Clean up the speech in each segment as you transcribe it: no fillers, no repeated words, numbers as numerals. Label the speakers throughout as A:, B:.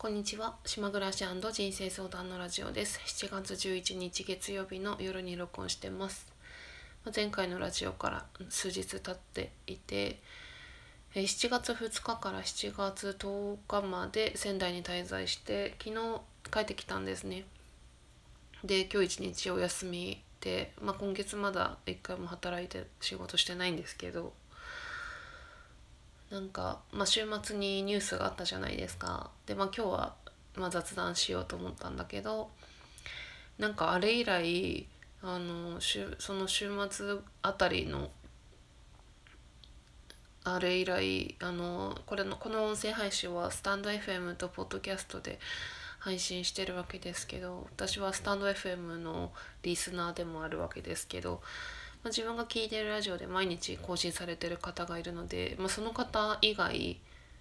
A: こんにちは。島暮らし人生相談のラジオです。7月11日月曜日の夜に録音してます。前回のラジオから数日経っていて、7月2日から7月10日まで仙台に滞在して、昨日帰ってきたんですね。で、今日一日お休みで、今月まだ一回も働いて仕事してないんですけど、週末にニュースがあったじゃないですか。で、今日は雑談しようと思ったんだけど、あれ以来その週末あたりのあれ以来この音声配信はスタンド FM とポッドキャストで配信してるわけですけど、私はスタンド FM のリスナーでもあるわけですけど、自分が聞いてるラジオで毎日更新されてる方がいるので、その方以外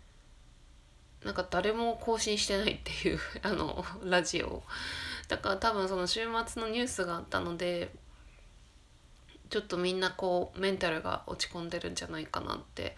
A: 誰も更新してないっていうラジオだから、多分その週末のニュースがあったので、ちょっとみんなメンタルが落ち込んでるんじゃないかなって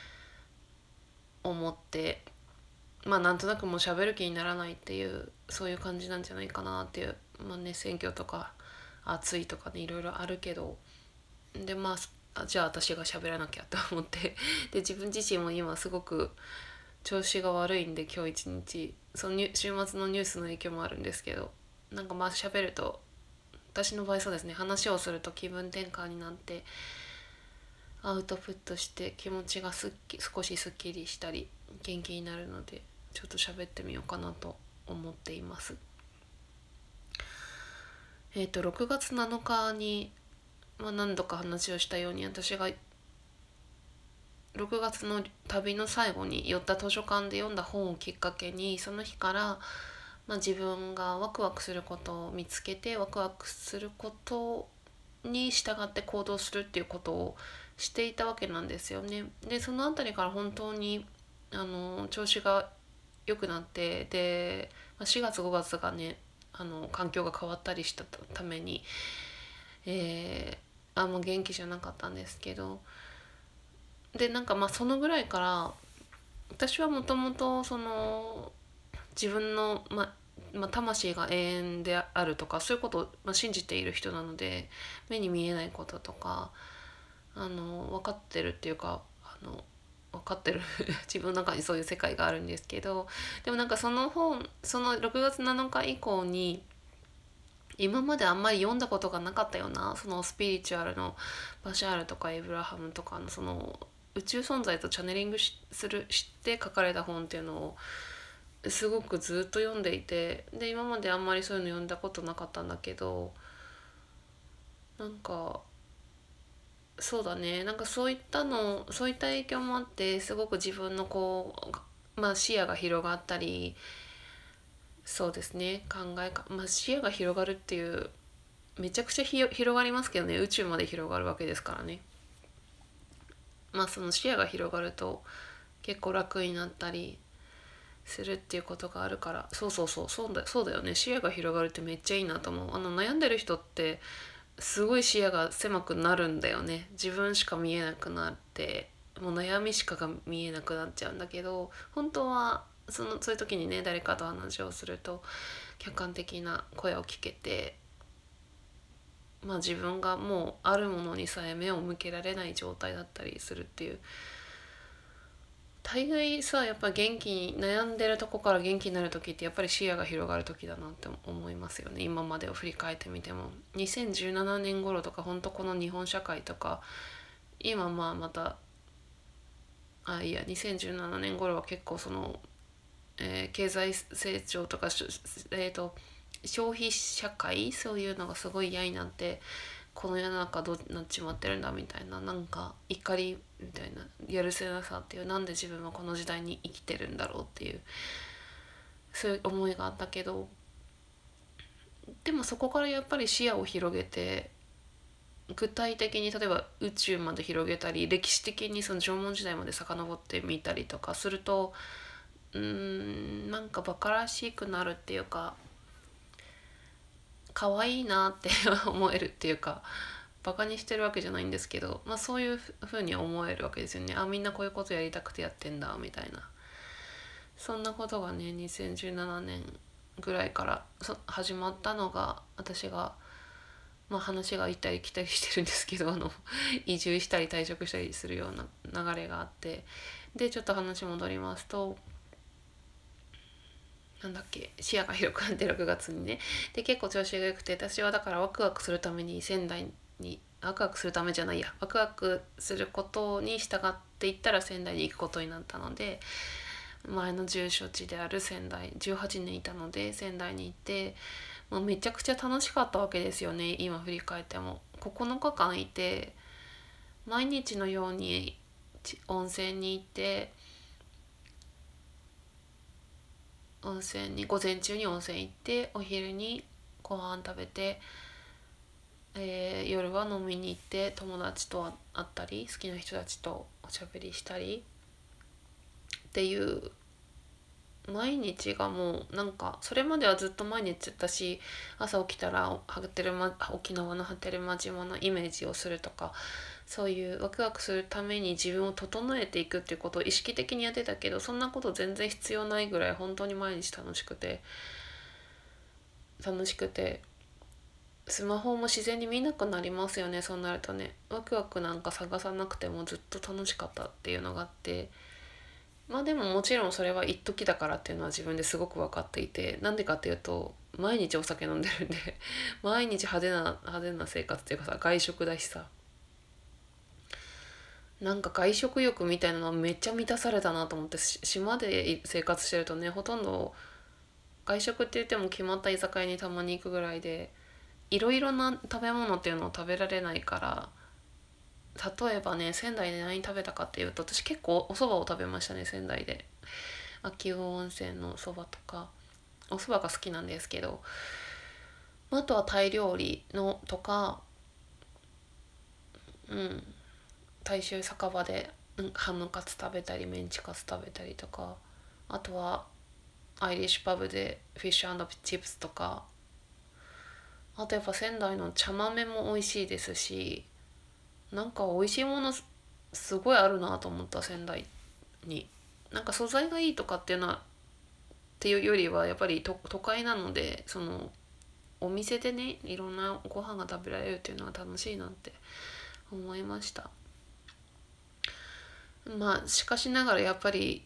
A: 思って、なんとなくもう喋る気にならないっていう、そういう感じなんじゃないかなっていう。選挙とか暑いとかね、いろいろあるけど、でじゃあ私が喋らなきゃと思ってで、自分自身も今すごく調子が悪いんで、今日一日その週末のニュースの影響もあるんですけど、喋ると、私の場合そうですね、話をすると気分転換になってアウトプットして気持ちが少しすっきりしたり元気になるので、ちょっと喋ってみようかなと思っています。6月7日に、何度か話をしたように、私が6月の旅の最後に寄った図書館で読んだ本をきっかけに、その日から、自分がワクワクすることを見つけて、ワクワクすることに従って行動するっていうことをしていたわけなんですよね。で、そのあたりから本当に調子が良くなって、で4月5月がね、環境が変わったりしたために、あんま元気じゃなかったんですけど、でそのぐらいから私はもともと自分の、魂が永遠であるとか、そういうことを、信じている人なので、目に見えないこととか分かってるっていうか、分かってる自分の中にそういう世界があるんですけど、でもその6月7日以降に、今まであんまり読んだことがなかったような、そのスピリチュアルのバシャールとかエイブラハムとかのその宇宙存在とチャネリングして書かれた本っていうのをすごくずっと読んでいて、で今まであんまりそういうの読んだことなかったんだけど、そうだね、そういった影響もあって、すごく自分の視野が広がったり、そうですね、視野が広がるっていう、めちゃくちゃ広がりますけどね、宇宙まで広がるわけですからね。その視野が広がると結構楽になったりするっていうことがあるから、そうだよね、視野が広がるってめっちゃいいなと思う。悩んでる人ってすごい視野が狭くなるんだよね。自分しか見えなくなって、もう悩みしかが見えなくなっちゃうんだけど、本当はそういう時にね、誰かと話をすると客観的な声を聞けて、自分がもうあるものにさえ目を向けられない状態だったりするっていう、大概さ、やっぱ悩んでるとこから元気になる時って、やっぱり視野が広がる時だなって思いますよね。今までを振り返ってみても、2017年頃とか、本当この日本社会とか、今また2017年頃は結構経済成長とか、消費社会、そういうのがすごい嫌になって、この世の中どうなっちまってるんだみたいな、怒りみたいな、やるせなさっていう、なんで自分はこの時代に生きてるんだろうっていう、そういう思いがあったけど、でもそこからやっぱり視野を広げて、具体的に例えば宇宙まで広げたり、歴史的にその縄文時代まで遡ってみたりとかすると、バカらしくなるっていうか、可愛いなって思えるっていうか、バカにしてるわけじゃないんですけど、そういう風に思えるわけですよね。みんなこういうことやりたくてやってんだみたいな。 そんなことがね2017年ぐらいから始まったのが、私がまあ話が行ったり来たりしてるんですけど、移住したり退職したりするような流れがあって、でちょっと話戻りますと、なんだっけ、視野が広くなって6月にね、で結構調子が良くて、私はだからワクワクするために仙台に、ワクワクするためじゃないや、ワクワクすることに従っていったら仙台に行くことになったので、前の住所地である仙台、18年いたので仙台に行って、もうめちゃくちゃ楽しかったわけですよね。今振り返っても9日間いて、毎日のように温泉に行って、午前中に温泉行って、お昼にご飯食べて、夜は飲みに行って友達と会ったり好きな人たちとおしゃべりしたりっていう毎日が、もうなんかそれまではずっと毎日だし、朝起きたら沖縄の波照間島のイメージをするとか、そういうワクワクするために自分を整えていくっていうことを意識的にやってたけど、そんなこと全然必要ないぐらい本当に毎日楽しくて、スマホも自然に見なくなりますよね、そうなるとね。ワクワクなんか探さなくてもずっと楽しかったっていうのがあって、まあでももちろんそれは一時だからっていうのは自分ですごく分かっていて、なんでかっていうと毎日お酒飲んでるんで毎日派手な生活っていうかさ、外食だしさ、なんか外食欲みたいなのはめっちゃ満たされたなと思って。島で生活してるとね、ほとんど外食って言っても決まった居酒屋にたまに行くぐらいで、いろいろな食べ物っていうのを食べられないから、例えばね、仙台で何食べたかっていうと、私結構お蕎麦を食べましたね、仙台で。秋保温泉の蕎麦とか、お蕎麦が好きなんですけど、あとはタイ料理のとか、うん、大衆酒場でハムカツ食べたりメンチカツ食べたりとか、あとはアイリッシュパブでフィッシュチップスとか、あとやっぱ仙台の茶豆も美味しいですし、なんか美味しいものすごいあるなと思った、仙台に。なんか素材がいいとかっていうのはっていうよりは、やっぱり都会なので、そのお店でねいろんなご飯が食べられるっていうのは楽しいなって思いました。まあしかしながらやっぱり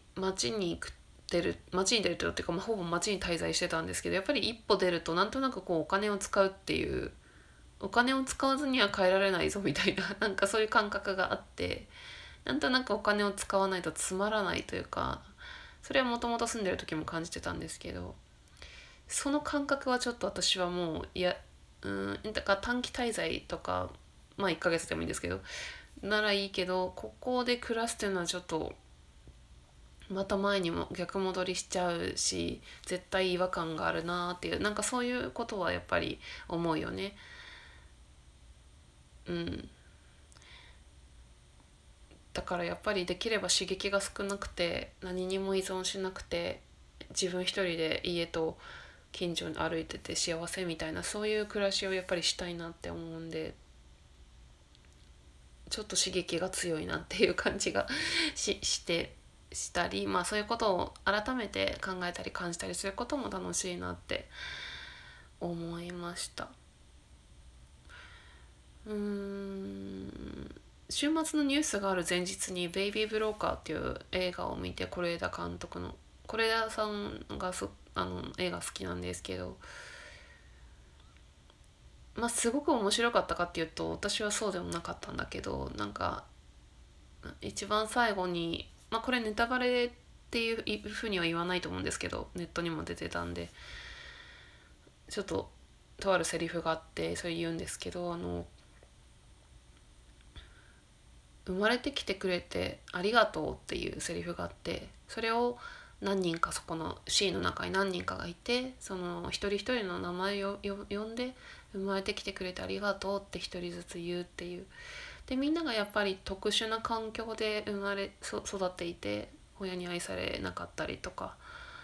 A: 街に出るとっていうか、まあ、ほぼ街に滞在してたんですけど、やっぱり一歩出るとなんとなくこうお金を使うっていう、お金を使わずには帰られないぞみたいななんかそういう感覚があって、なんとなくお金を使わないとつまらないというか、それはもともと住んでる時も感じてたんですけど、その感覚はちょっと私はもう、いや、だから短期滞在とか、まあ1ヶ月でもいいんですけどならいいけど、ここで暮らすっていうのはちょっとまた前にも逆戻りしちゃうし、絶対違和感があるなっていう、なんかそういうことはやっぱり思うよね。うん。だからやっぱりできれば刺激が少なくて何にも依存しなくて、自分一人で家と近所に歩いてて幸せみたいな、そういう暮らしをやっぱりしたいなって思うんで、ちょっと刺激が強いなっていう感じがしたり、まあそういうことを改めて考えたり感じたりすることも楽しいなって思いました。うーん週末のニュースがある前日に「ベイビー・ブローカー」っていう映画を見て、是枝さんが映画好きなんですけど、まあすごく面白かったかっていうと私はそうでもなかったんだけど、なんか一番最後に、まあこれネタバレっていうふうには言わないと思うんですけど、ネットにも出てたんで、ちょっととあるセリフがあってそれ言うんですけど、生まれてきてくれてありがとうっていうセリフがあって、それを何人か、そこの C の中に何人かがいて、その一人一人の名前を呼んで、生まれてきてくれてありがとうって一人ずつ言うっていう。でみんながやっぱり特殊な環境で育っていて、親に愛されなかったりとか、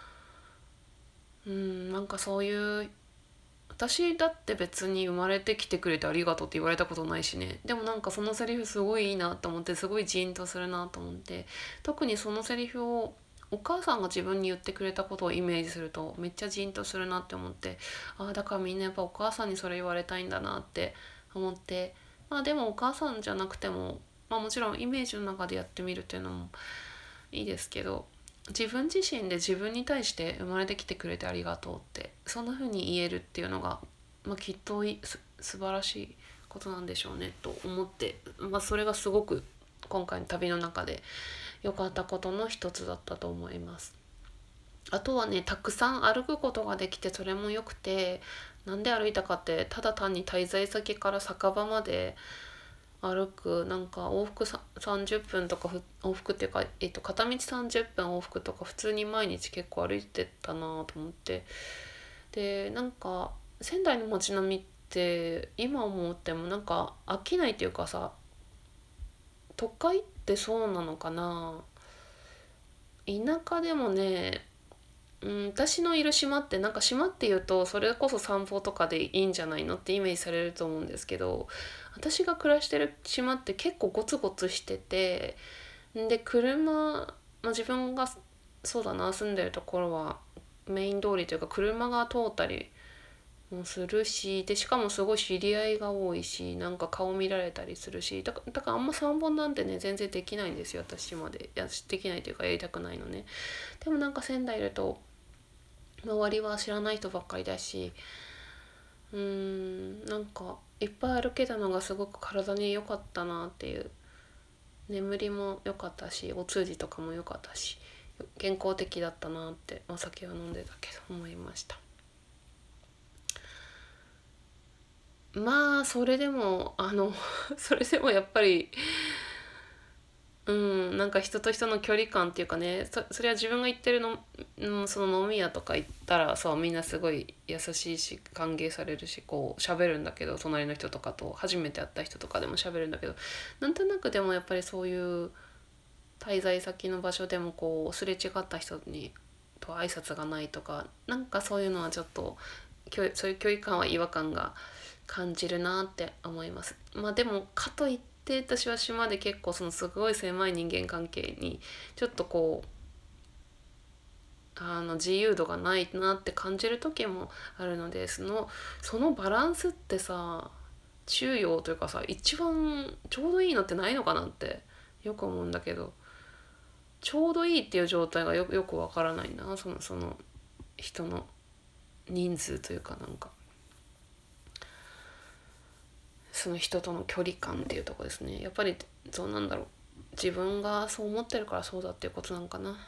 A: なんかそういう、私だって別に生まれてきてくれてありがとうって言われたことないしね。でもなんかそのセリフすごいいいなと思って、すごいジーンとするなと思って、特にそのセリフをお母さんが自分に言ってくれたことをイメージするとめっちゃジーンとするなって思って、ああだからみんなやっぱお母さんにそれ言われたいんだなって思って、まあでもお母さんじゃなくても、まあもちろんイメージの中でやってみるっていうのもいいですけど、自分自身で自分に対して生まれてきてくれてありがとうってそんな風に言えるっていうのが、まあ、きっと素晴らしいことなんでしょうねと思って、まあ、それがすごく今回の旅の中で良かったことの一つだったと思います。あとはね、たくさん歩くことができてそれも良くて、なんで歩いたかってただ単に滞在先から酒場まで歩く、なんか往復30分とか往復っていうか、片道30分往復とか普通に毎日結構歩いてたなと思って、でなんか仙台の街並みって今思ってもなんか飽きないっていうかさ、都会ってそうなのかな、田舎でもね、私のいる島ってなんか島っていうとそれこそ散歩とかでいいんじゃないのってイメージされると思うんですけど、私が暮らしてる島って結構ゴツゴツしてて、で自分がそうだな住んでるところはメイン通りというか車が通ったりもするし、でしかもすごい知り合いが多いし、なんか顔見られたりするし、だからあんま散歩なんてね全然できないんですよ私まで。できないというかやりたくないのね。でもなんか仙台いると周りは知らない人ばっかりだし、なんかいっぱい歩けたのがすごく体に良かったなっていう、眠りも良かったしお通じとかも良かったし健康的だったなって、お酒は飲んでたけど思いました。まあそれでもそれでもやっぱりなんか人と人の距離感っていうかね、それは自分が行ってるの、その飲み屋とか行ったらそうみんなすごい優しいし歓迎されるしこう喋るんだけど、隣の人とかと初めて会った人とかでも喋るんだけど、なんとなくでもやっぱりそういう滞在先の場所でもこうすれ違った人にと挨拶がないとか、なんかそういうのはちょっとそういう距離感は違和感が感じるなって思います。まあでもかといって私は島で結構そのすごい狭い人間関係にちょっとこう自由度がないなって感じる時もあるので、そのバランスってさ、中庸というかさ、一番ちょうどいいのってないのかなってよく思うんだけど、ちょうどいいっていう状態がよくわからないな、その人の人数というか、なんかその人との距離感っていうとこですね。やっぱりそうなんだろう、自分がそう思ってるからそうだっていうことなんかな。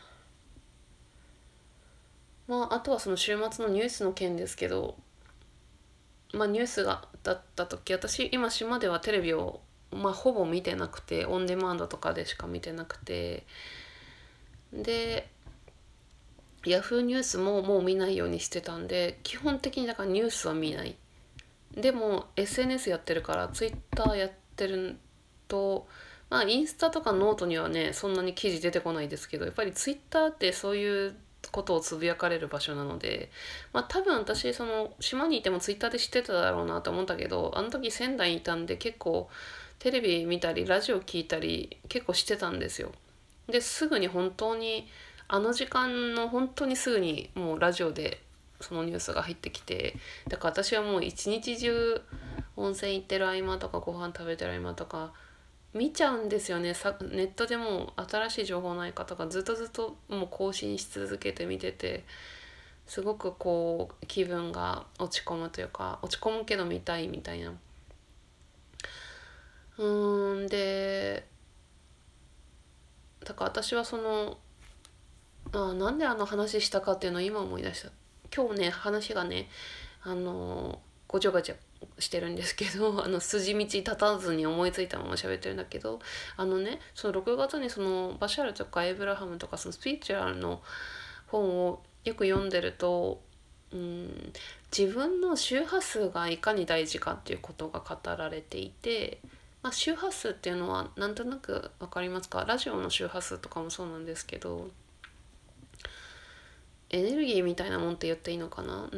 A: まああとはその週末のニュースの件ですけど、まあニュースがだった時、私今島ではテレビをほぼ見てなくて、オンデマンドとかでしか見てなくて、でヤフーニュースももう見ないようにしてたんで、基本的にだからニュースは見ない。でも SNS やってるからツイッターやってると、まあインスタとかノートにはねそんなに記事出てこないですけど、やっぱりツイッターってそういうことをつぶやかれる場所なので、まあ多分私その島にいてもツイッターで知ってただろうなと思ったけど、あの時仙台にいたんで結構テレビ見たりラジオ聞いたり結構してたんですよ。ですぐに本当にあの時間の本当にすぐにもうラジオでそのニュースが入ってきて、だから私はもう一日中温泉行ってる合間とかご飯食べてる合間とか見ちゃうんですよね。ネットでもう新しい情報ないかとかずっともう更新し続けて見てて、すごくこう気分が落ち込むというか、落ち込むけど見たいみたいな。でだから私はそのなんであの話したかっていうのを今思い出した。今日ね話がねごちゃごちゃしてるんですけど筋道立たずに思いついたまま喋ってるんだけど、その6月にそのバシャールとかエイブラハムとかそのスピリチュアルの本をよく読んでると、自分の周波数がいかに大事かっていうことが語られていて、周波数っていうのはなんとなく分かりますか？ラジオの周波数とかもそうなんですけど、エネルギーみたいなもんって言っていいのかな。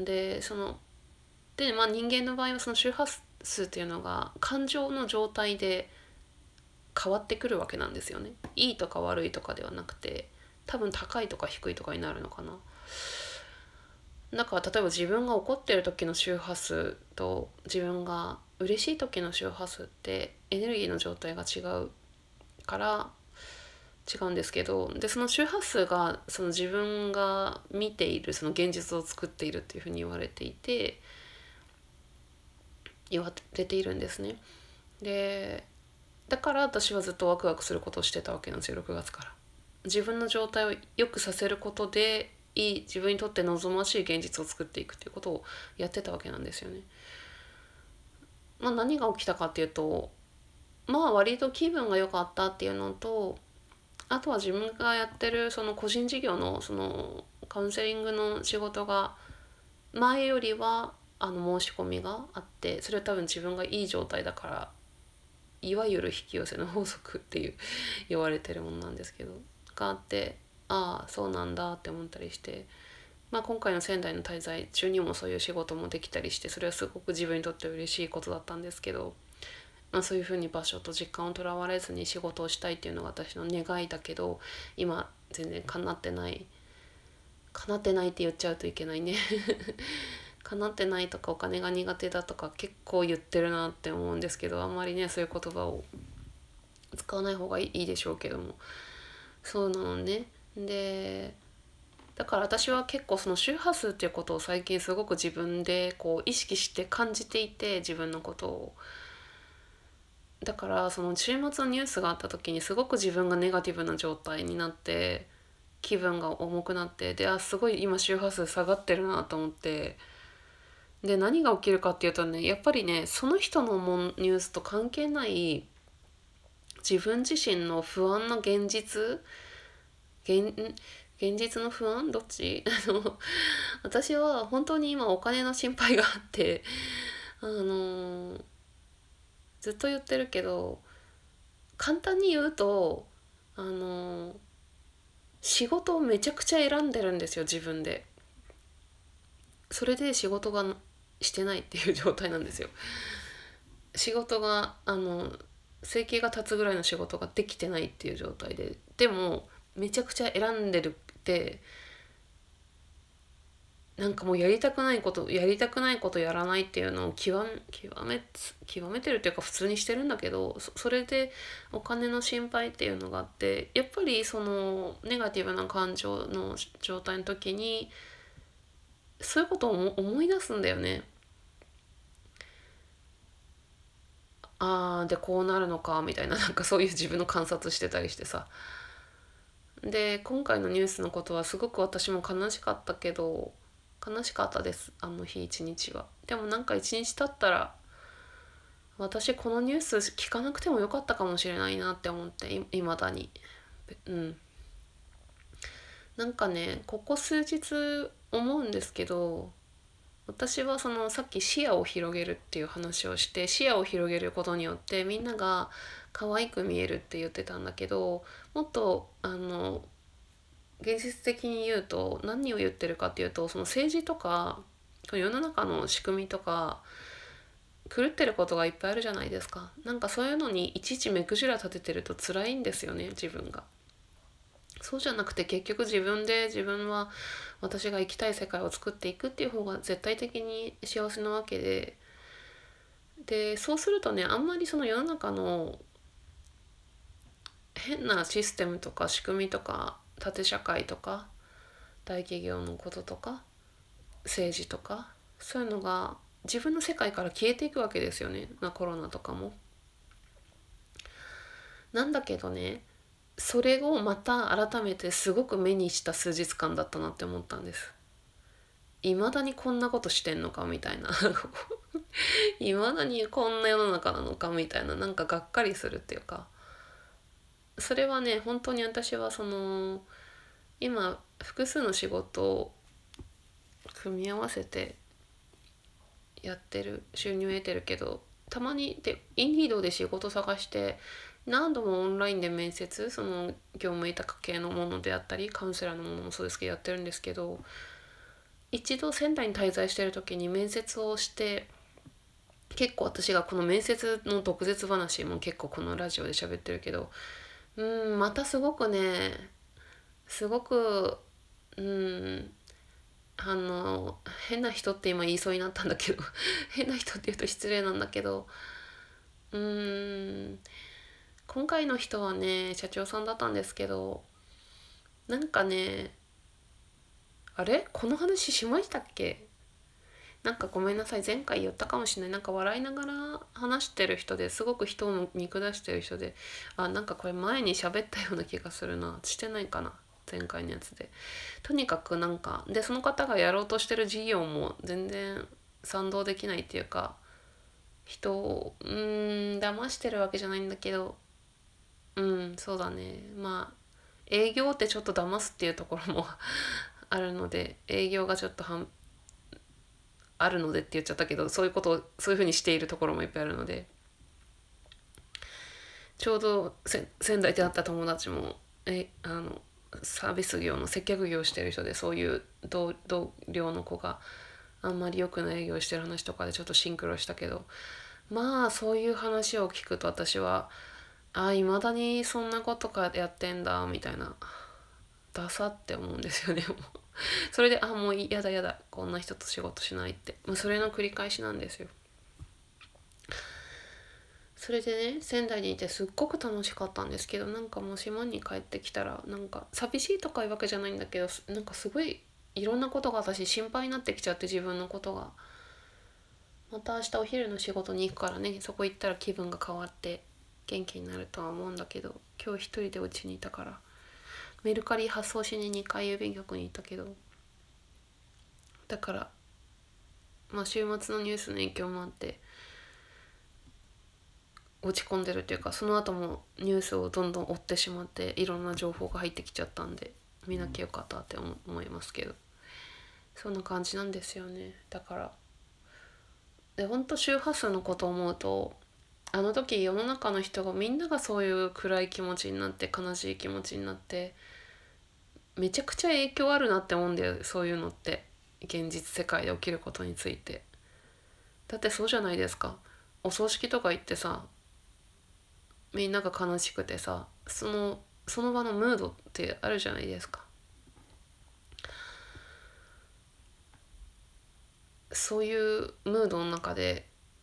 A: 人間の場合はその周波数っていうのが感情の状態で変わってくるわけなんですよね。いいとか悪いとかではなくて、 多分高いとか低いとかになるのかな。だから例えば自分が怒ってる時の周波数と自分が嬉しい時の周波数ってエネルギーの状態が違うから違うんですけど、でその周波数がその自分が見ているその現実を作っているっていうふうに言われているんですね。でだから私はずっとワクワクすることをしてたわけなんですよ、6月から。自分の状態を良くさせることで自分にとって望ましい現実を作っていくっていうことをやってたわけなんですよね。何が起きたかっていうと、割と気分が良かったっていうのと、あとは自分がやってるその個人事業のそのカウンセリングの仕事が前よりは申し込みがあって、それは多分自分がいい状態だから、いわゆる引き寄せの法則っていう言われてるものなんですけどがあって、ああそうなんだって思ったりして、今回の仙台の滞在中にもそういう仕事もできたりして、それはすごく自分にとって嬉しいことだったんですけど、そういうふうに場所と時間をとらわれずに仕事をしたいっていうのが私の願いだけど、今全然叶ってないって言っちゃうといけないね叶ってないとかお金が苦手だとか結構言ってるなって思うんですけど、あんまりねそういう言葉を使わない方がいいでしょうけども、そうなのね。でだから私は結構その周波数っていうことを最近すごく自分でこう意識して感じていて、自分のことを。だからその週末のニュースがあった時にすごく自分がネガティブな状態になって、気分が重くなって、すごい今周波数下がってるなと思って、で何が起きるかっていうとね、やっぱりねその人のニュースと関係ない自分自身の不安の現現実の不安どっち私は本当に今お金の心配があってあのずっと言ってるけど、簡単に言うとあの仕事をめちゃくちゃ選んでるんですよ、自分で。それで仕事がしてないっていう状態なんですよ。仕事が生計が立つぐらいの仕事ができてないっていう状態で、でもめちゃくちゃ選んでるって、なんかもうやりたくないことやらないっていうのを極めてるっていうか普通にしてるんだけど、それでお金の心配っていうのがあって、やっぱりそのネガティブな感情の状態の時にそういうことを思い出すんだよね。でこうなるのかみたいな、なんかそういう自分の観察してたりしてさ。で今回のニュースのことはすごく私も悲しかったけど、悲しかったです、あの日一日は。でもなんか一日経ったら、私このニュース聞かなくてもよかったかもしれないなって思って、いまだに。なんかねここ数日思うんですけど、私はそのさっき視野を広げるっていう話をして、視野を広げることによってみんなが可愛く見えるって言ってたんだけど、もっと現実的に言うと何を言ってるかっていうと、その政治とか世の中の仕組みとか狂ってることがいっぱいあるじゃないですか。なんかそういうのにいちいち目くじら立ててると辛いんですよね、自分が。そうじゃなくて結局自分は私が生きたい世界を作っていくっていう方が絶対的に幸せなわけで、そうするとね、あんまりその世の中の変なシステムとか仕組みとか縦社会とか大企業のこととか政治とかそういうのが自分の世界から消えていくわけですよね、コロナとかも。なんだけどね、それをまた改めてすごく目にした数日間だったなって思ったんです。未だにこんなことしてんのかみたいな未だにこんな世の中なのかみたいな、なんかがっかりするっていうか、それはね本当に私はその今複数の仕事を組み合わせてやってる、収入を得てるけど、たまにインディードで仕事探して何度もオンラインで面接、その業務委託系のものであったりカウンセラーのものもそうですけどやってるんですけど、一度仙台に滞在してる時に面接をして、結構私がこの面接の毒舌話も結構このラジオで喋ってるけど、またすごくねすごくうん、あの変な人って今言いそうになったんだけど変な人って言うと失礼なんだけど、うーん今回の人はね社長さんだったんですけど、なんかね、あれこの話しましたっけ？なんかごめんなさい、前回言ったかもしれない。なんか笑いながら話してる人ですごく人を見下してる人で、なんかこれ前に喋ったような気がするな。してないかな、前回のやつで。とにかくなんかで、その方がやろうとしてる事業も全然賛同できないっていうか、人を騙してるわけじゃないんだけど、そうだね、まあ営業ってちょっと騙すっていうところもあるので、営業がちょっとあるのでって言っちゃったけど、そういうことをそういうふうにしているところもいっぱいあるので、ちょうど仙台で会った友達もサービス業の接客業をしてる人で、そういう同僚の子があんまり良くない営業をしてる話とかでちょっとシンクロしたけど、まあそういう話を聞くと私はいまだにそんなことかやってんだみたいな、ダサって思うんですよね。もうそれでもうやだやだ、こんな人と仕事しないって、それの繰り返しなんですよ。それでね、仙台にいてすっごく楽しかったんですけど、なんかもう島に帰ってきたらなんか寂しいとかいうわけじゃないんだけど、なんかすごいいろんなことが私心配になってきちゃって、自分のことが。また明日お昼の仕事に行くからね、そこ行ったら気分が変わって元気になるとは思うんだけど、今日一人で家にいたから、メルカリ発送しに2回郵便局に行ったけど、だから週末のニュースの影響もあって落ち込んでるっていうか、その後もニュースをどんどん追ってしまって、いろんな情報が入ってきちゃったんで見なきゃよかったって思いますけど、そんな感じなんですよね。だからほんと周波数のことを思うと、あの時世の中の人がみんながそういう暗い気持ちになって悲しい気持ちになって、めちゃくちゃ影響あるなって思うんだよ、そういうのって。現実世界で起きることについて。だってそうじゃないですか。お葬式とか行ってさ、みんなが悲しくてさ、その場のムードってあるじゃないですか。そういうムードの中で、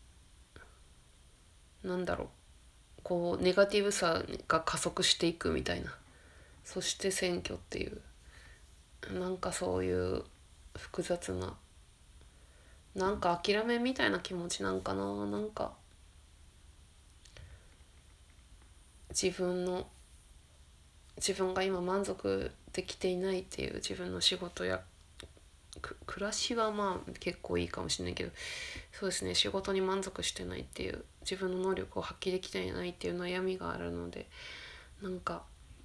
A: なんだろう、こうネガティブさが加速していくみたいな。そして選挙っていう、なんかそういう複雑な、なんか諦めみたいな気持ちなんかな。なんか自分の自分が今満足できていないっていう、自分の仕事や暮らしは結構いいかもしれないけど、そうですね、仕事に満足してないっていう、自分の能力を発揮できていないっていう悩みがあるので、なんか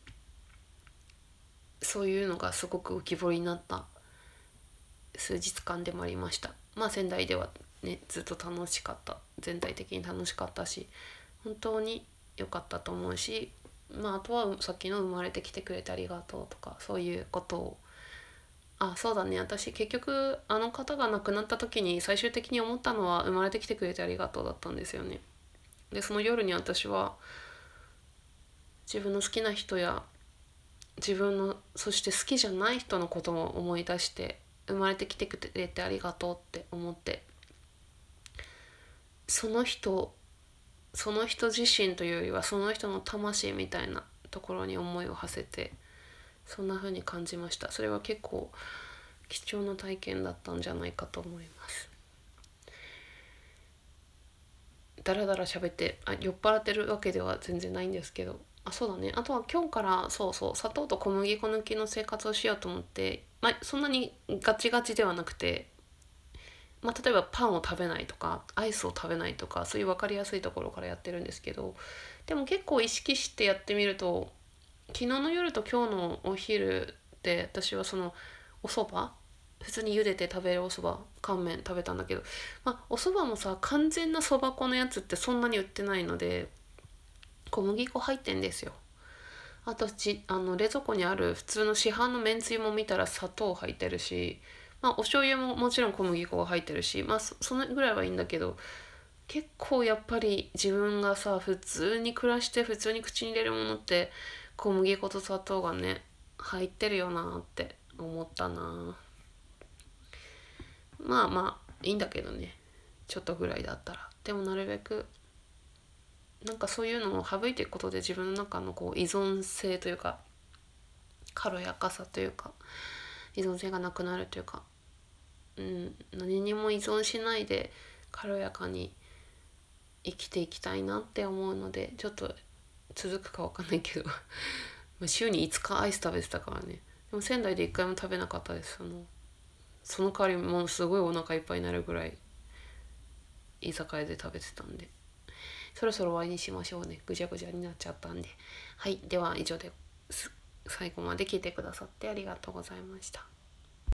A: そういうのがすごく浮き彫りになった数日間でもありました。仙台ではね、ずっと楽しかった、全体的に楽しかったし、本当に良かったと思うし、あとはさっきの生まれてきてくれてありがとうとか、そういうことを、そうだね、私結局あの方が亡くなった時に最終的に思ったのは、生まれてきてくれてありがとうだったんですよね。でその夜に私は自分の好きな人や自分の、そして好きじゃない人のことも思い出して、生まれてきてくれてありがとうって思って、その人その人自身というよりはその人の魂みたいなところに思いを馳せて、そんな風に感じました。それは結構貴重な体験だったんじゃないかと思います。だらだら喋って、酔っ払ってるわけでは全然ないんですけど、そうだね、あとは今日から砂糖と小麦粉抜きの生活をしようと思って、そんなにガチガチではなくて、例えばパンを食べないとかアイスを食べないとか、そういう分かりやすいところからやってるんですけど、でも結構意識してやってみると、昨日の夜と今日のお昼で私はそのお蕎麦、普通に茹でて食べるお蕎麦、乾麺食べたんだけど、お蕎麦もさ、完全な蕎麦粉のやつってそんなに売ってないので、小麦粉入ってんですよ。あと冷蔵庫にある普通の市販のめんつゆも見たら砂糖入ってるし、お醤油ももちろん小麦粉が入ってるし、そのぐらいはいいんだけど、結構やっぱり自分がさ、普通に暮らして普通に口に入れるものって小麦粉と砂糖がね、 入ってるよなって思ったな。まあまあいいんだけどね、ちょっとぐらいだったら。でもなるべくなんかそういうのを省いていくことで自分の中のこう依存性というか軽やかさというか依存性がなくなるというか、何にも依存しないで軽やかに生きていきたいなって思うので、ちょっと続くか分かんないけど週に5日アイス食べてたからね。でも仙台で1回も食べなかったです。その代わりもうすごいお腹いっぱいになるぐらい居酒屋で食べてたんで、そろそろ終わりにしましょうね。ぐじゃぐじゃになっちゃったんで。はい、では以上で最後まで聞いてくださってありがとうございました。